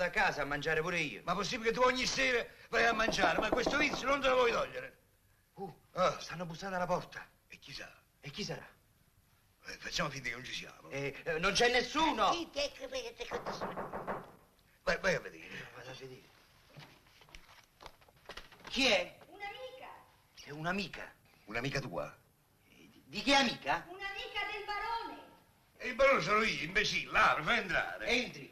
a casa a mangiare pure io. Ma possibile che tu ogni sera vai a mangiare? Ma questo vizio non te lo vuoi togliere? Stanno bussando alla porta. E chi sa? E chi sarà? Facciamo finta che non ci siamo. Non c'è nessuno. Chi te crede che sono? Vai a vedere. Vado a vedere. Chi è? Un'amica. È un'amica. Un'amica tua? Di che amica? Un'amica del barone. E il barone sono io, imbecille. Apri, fai entrare. Entri.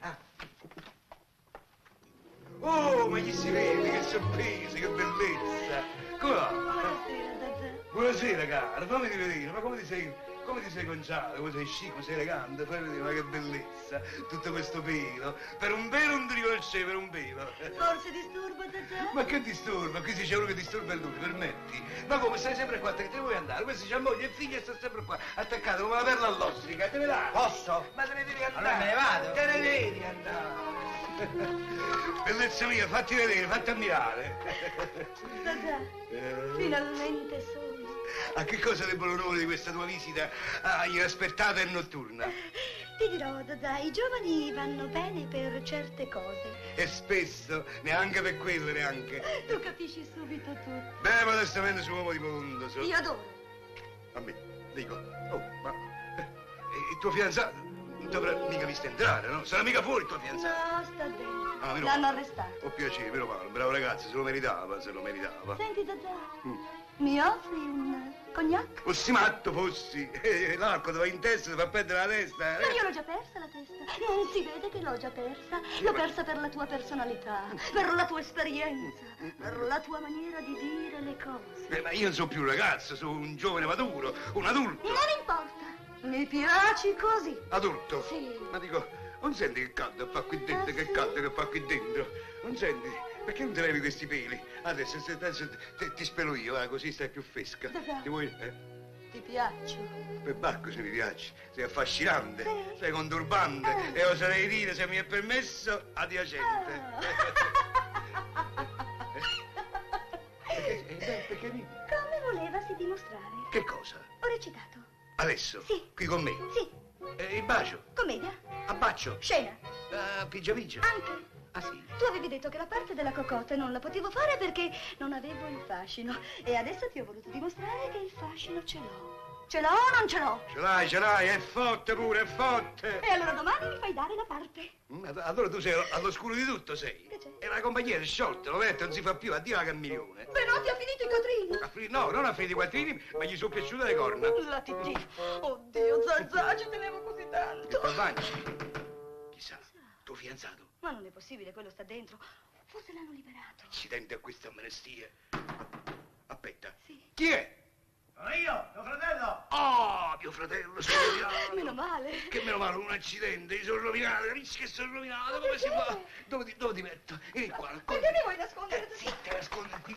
Oh, ma gli si vede, che sorpresa, che bellezza. Come va? Buonasera, Zazà. Buonasera, cara. Fammi vedere, ma come ti sei conciato? Come sei chic, come sei elegante? Fammi vedere, ma che bellezza. Tutto questo pelo. Per un pelo non ti riconoscevo, per un pelo. Forse disturbo, Zazà? Ma che disturba? Qui si c'è uno che disturba lui, permetti? Ma come, stai sempre qua? Te ne vuoi andare? Questo c'ha moglie e figlia e sta sempre qua, attaccato come una perla all'ostrica. Te ne vai? Posso? Ma te ne devi andare. Allora me ne vado. Te ne devi andare. Bellezza mia, fatti vedere, fatti ammirare. Zazà, finalmente sono. A che cosa debbo l'onore di questa tua visita inaspettata e notturna? Ti dirò, Zazà, i giovani vanno bene per certe cose. E spesso, neanche per quello, neanche. Tu capisci subito tutto. Beh, modestamente su uomo di mondo. Io adoro. A me, dico, ma il tuo fidanzato non ti avrà mica visto entrare, no? Sarà mica fuori il tuo fidanzato. No, sta dentro. Ah, meno L'hanno male. arrestato. Ho piacere, meno male, bravo ragazzo, se lo meritava, se lo meritava. Senti, Zazà, mi offri un cognac? Fossi matto, fossi. L'acqua ti va in testa, ti fa perdere la testa. Ma io l'ho già persa la testa. Non si vede che l'ho già persa. L'ho persa per la tua personalità, per la tua esperienza, per la tua maniera di dire le cose. Ma io non sono più un ragazzo, sono un giovane maturo, un adulto. Non importa. Mi piaci così. Adulto? Sì. Ma dico, non senti che caldo fa qui dentro, che caldo che fa qui dentro? Non senti? Perché non ti levi questi peli? Adesso ti spelo io, così stai più fresca. Davvero? Ti vuoi? Ti piaccio. Per Bacco se mi piace, sei affascinante, Sì. sei conturbante e oserei dire, se mi è permesso, adiacente. Perché mi... Come volevasi dimostrare? Che cosa? Ho recitato. Adesso? Sì. Qui con me? Sì. Il bacio? Commedia. Abbaccio? Scena. Pigia pigia? Anche. Ah sì? Tu avevi detto che la parte della cocotte non la potevo fare perché non avevo il fascino. E adesso ti ho voluto dimostrare che il fascino ce l'ho. Ce l'ho o non ce l'ho? Ce l'hai, è forte pure, è forte. E allora domani mi fai dare la parte. Allora tu sei all'oscuro di tutto, sei. Che c'è? E la compagnia è sciolta, lo vedi, non si fa più, addio la Cammilione. Però ti ha finito i quattrini. No, non ha finito i quattrini, ma gli sono piaciute le corna. La titì. Oddio, Zazà, ci tenevo così tanto. Per banci. Chissà, tuo fidanzato. Ma non è possibile, quello sta dentro. Forse l'hanno liberato. Accidente a queste amnestie. Aspetta. Sì. Chi è? Sono io, tuo fratello! Oh, mio fratello, sono rovinato. Meno male. Che meno male, un accidente, mi sono rovinato, capisci che sono rovinato? Come si fa? Dove ti metto? Vieni qua, Perché mi vuoi nascondere? Zitta, nascondi qui.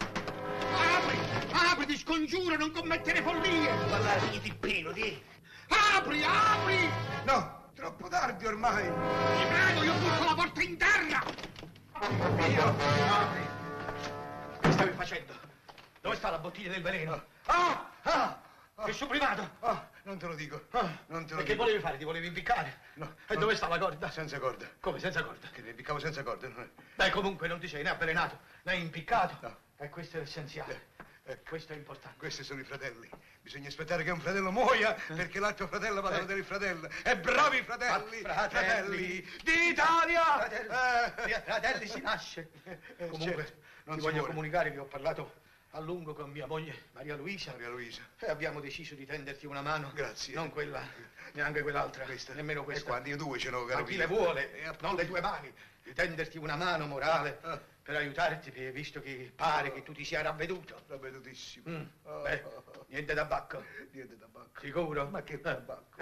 Apri, ti scongiuro, non commettere follie! Parlare di pelo, di. Apri! No, troppo tardi ormai. Ti prego, io butto la porta in terra! Io? Apri. Che stavi facendo? Dove sta la bottiglia del veleno? Che sublimato! Non te lo dico. Non te lo E che dico. volevi fare? Ti volevi impiccare? No. E dove sta la corda? Senza corda. Come, senza corda? Che mi impiccavo senza corda. No. Beh, comunque non ti sei né avvelenato, né impiccato. No. E questo è l'essenziale. Ecco. Questo è importante. Questi sono i fratelli. Bisogna aspettare che un fratello muoia perché l'altro fratello vada a vedere il fratello. E bravi fratelli! Fratelli. d'Italia! Fratelli si nasce. Comunque, certo, non ti si voglio muore. comunicare che ho parlato a lungo con mia moglie Maria Luisa. Maria Luisa. E abbiamo deciso di tenderti una mano. Grazie. Non quella, neanche quell'altra. Questa. Nemmeno E questa. quando io due ce l'ho, Ma caro chi mio. le vuole, E appunto. non le tue mani. Di tenderti una mano morale per aiutarti, visto che pare che tu ti sia ravveduto. Ravvedutissimo. Beh, niente tabacco. Niente tabacco. Sicuro? Ma che tabacco?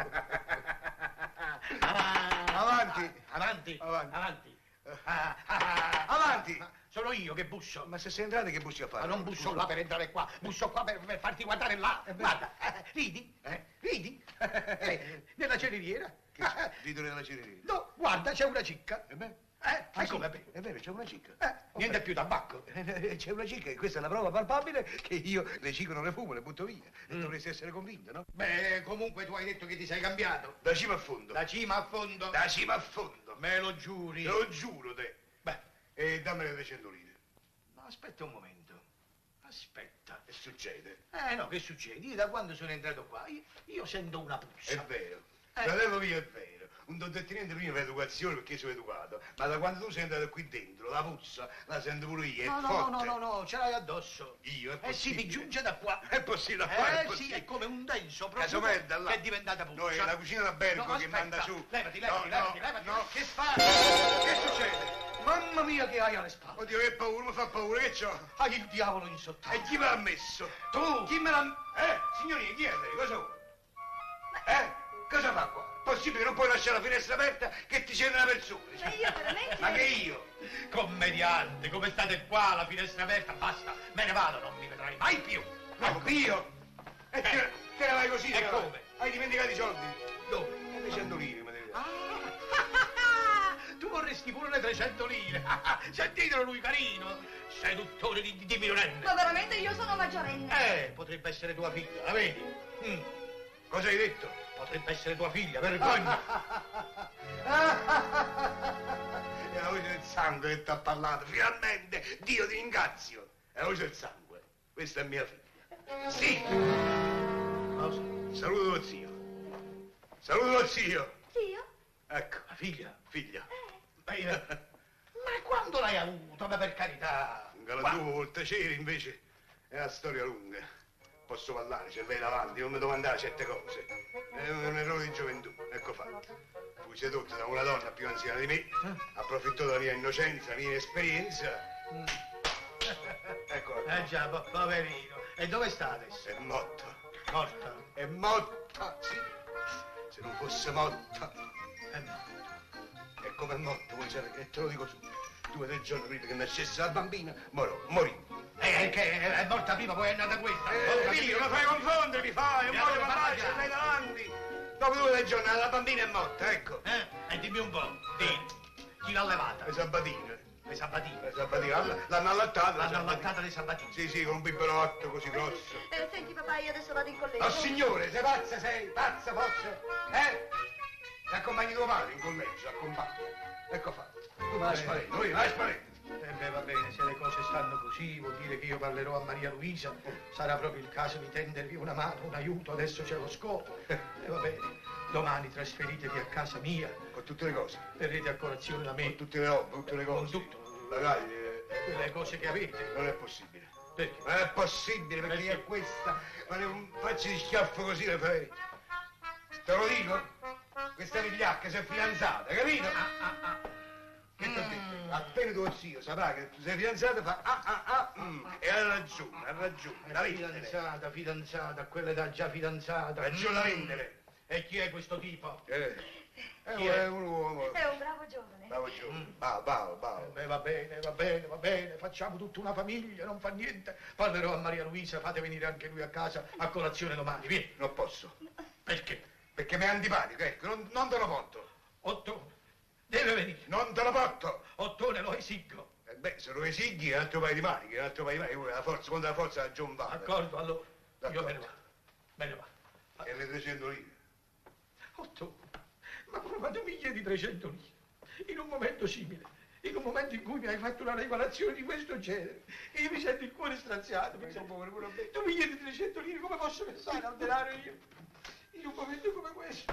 Avanti. Avanti. Avanti. Avanti. Avanti! Ma sono io che busso. Ma se sei entrato che bussi a fare? Ma non busso là per entrare qua, busso qua per farti guardare là. Guarda, ridi? Ridi? Nella cereriera? Che c'è? Rido nella cereria. No, guarda, c'è una cicca. E beh? E come bene? È vero, c'è una cicca. Niente più tabacco. C'è una cicca e questa è la prova palpabile che io le cicche non le fumo, le butto via. E dovresti essere convinta, no? Beh, comunque tu hai detto che ti sei cambiato. Da cima a fondo. Da cima a fondo. Da cima a fondo. Me lo giuri? Te lo giuro, te. Beh, E dammene 300 lire. ma aspetta un momento. Aspetta. Che succede? No, che succede? Io da quando sono entrato qua, io sento una puzza. È vero. Fratello mio, è vero. Un dottorino prima per educazione perché sono educato, ma da quando tu sei entrato qui dentro, la puzza la sento pure io, è forte. No, ce l'hai addosso. Io, è Eh sì, possibile. mi giunge da qua. È possibile, da qua, è Sì, possibile. è come un denso Caso profumo merda, là. che è diventata puzza. No, è la cucina d'albergo No, che aspetta. manda su. Levati. No. Che fai? Che succede? Mamma mia che hai alle spalle. Oddio, che paura, mi fa paura, che c'ho? Hai il diavolo in sottile. E chi me l'ha messo? Tu! Chi me l'ha... signorina, chi è lei? Cosa vuoi? Cosa fa qua? Possibile che non puoi lasciare la finestra aperta che ti c'è una persona? Ma io veramente... Ma che io? Commediante, come state qua, la finestra aperta, basta. Me ne vado, non mi vedrai mai più. No, io? E te ne vai così? E te ne vai? come? Hai dimenticato i soldi? Dove? E le 100 lire, mi devi dare. Tu vorresti pure le 300 lire. Sentitelo lui, carino. Seduttore di minorenne. Ma veramente io sono maggiorenne. Potrebbe essere tua figlia, la vedi? Cosa hai detto? Potrebbe essere tua figlia, vergogna. È la voce del sangue che ti ha parlato. Finalmente, Dio ti ringrazio. È la voce del sangue. Questa è mia figlia. Sì. Cosa? Saluto lo zio. Saluto lo zio. Zio? Ecco, La figlia? figlia. Ma quando l'hai avuta? Ma per carità. Un galantuomo col tacere, invece, è una storia lunga. Posso parlare, c'è lei davanti, non mi domandare certe cose. È un errore di gioventù, ecco fatto. Fui sedotto da una donna più anziana di me, approfittò della mia innocenza, la mia inesperienza. Ecco, Già, poverino. E dove sta adesso? è morta. Morta? È morta, sì. Se non fosse morta, È morta. è come è morto, vuoi sapere? E te lo dico subito. 2 o 3 giorni prima che nascesse la bambina, morì. Che è morta prima, poi è nata questa. Figlio, mi fai confondere, mi fai, non voglio allora parlare, parla c'è lei davanti. Dopo 2 o 3 giorni la bambina è morta, ecco. E dimmi un po', chi l'ha levata? Le sabatine. Le sabatine. Le sabatine, l'hanno allattata. L'hanno allattata le sabatine. Sì, con un biberotto così grosso. Senti papà, io adesso vado in collegio. Oh signore, sei pazza, pazza, forse? Ti accompagni tuo padre in collegio, accompagni. Ecco fatto. Tu vai sparendo, vai sparendo. Va bene, se le cose stanno così, vuol dire che io parlerò a Maria Luisa. Sarà proprio il caso di tendervi una mano, un aiuto, adesso c'è lo scopo. E va bene, domani trasferitevi a casa mia. Con tutte le cose. Verrete a colazione da me. Con tutte le robe, tutte le cose. Con tutto. Magari, Le cose che avete. non è possibile. Perché? Non è possibile perché io a questa, ma un faccio di schiaffo così le farei. Te lo dico? Questa vigliacca si è fidanzata, capito? Che ti ho detto? Appena tuo zio saprà che tu sei fidanzata fa e ha ragione, da vendere. Fidanzata, a quell'età già fidanzata. Ragione da vendere. E chi è questo tipo? Chi è? È un uomo. È un bravo giovane. Bravo giovane. Bravo. Va bene, facciamo tutta una famiglia, non fa niente. Parlerò a Maria Luisa, fate venire anche lui a casa a colazione domani, vieni. Non posso. Perché? Perché mi è antipatico, ecco, non te lo porto. Ottone, deve venire. Non te lo porto. Ottone, lo esigo. Se lo esighi è un altro paio di maniche, la forza, quando la forza la giovane. D'accordo, allora, io me ne vado. E le 300 lire? Ottone, ma quando mi chiedi 300 lire, in un momento simile, in un momento in cui mi hai fatto una regolazione di questo genere, e io mi sento il cuore straziato, tu mi chiedi 300 lire, come posso pensare al denaro io? In un momento come questo.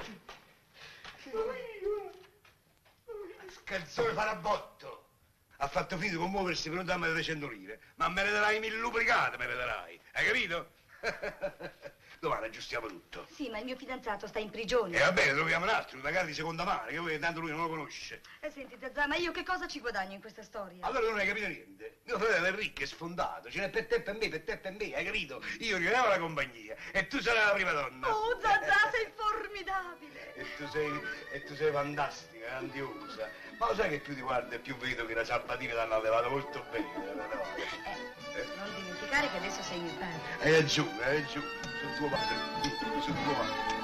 Scherzone farabotto. Ha fatto finito di commuoversi per non darmi le 300 lire, ma me le darai milluplicate, me le darai. Hai capito? Domani aggiustiamo tutto. Sì, ma il mio fidanzato sta in prigione. E va bene, troviamo un altro, magari di seconda mano, che voi tanto lui non lo conosce. Senti, Zazà, ma io che cosa ci guadagno in questa storia? Allora non hai capito niente. Mio fratello è ricco, è sfondato, ce n'è per te e per me, per te e per me, hai capito? Io richiamo la compagnia e tu sarai la prima donna. Oh, Zazà, sei formidabile. E tu sei fantastica, grandiosa. Ma lo sai che più ti guardo e più vedo che la sabatina l'hanno allevato molto bene. Non dimenticare che adesso sei mio padre. Hai ragione, sul tuo padre.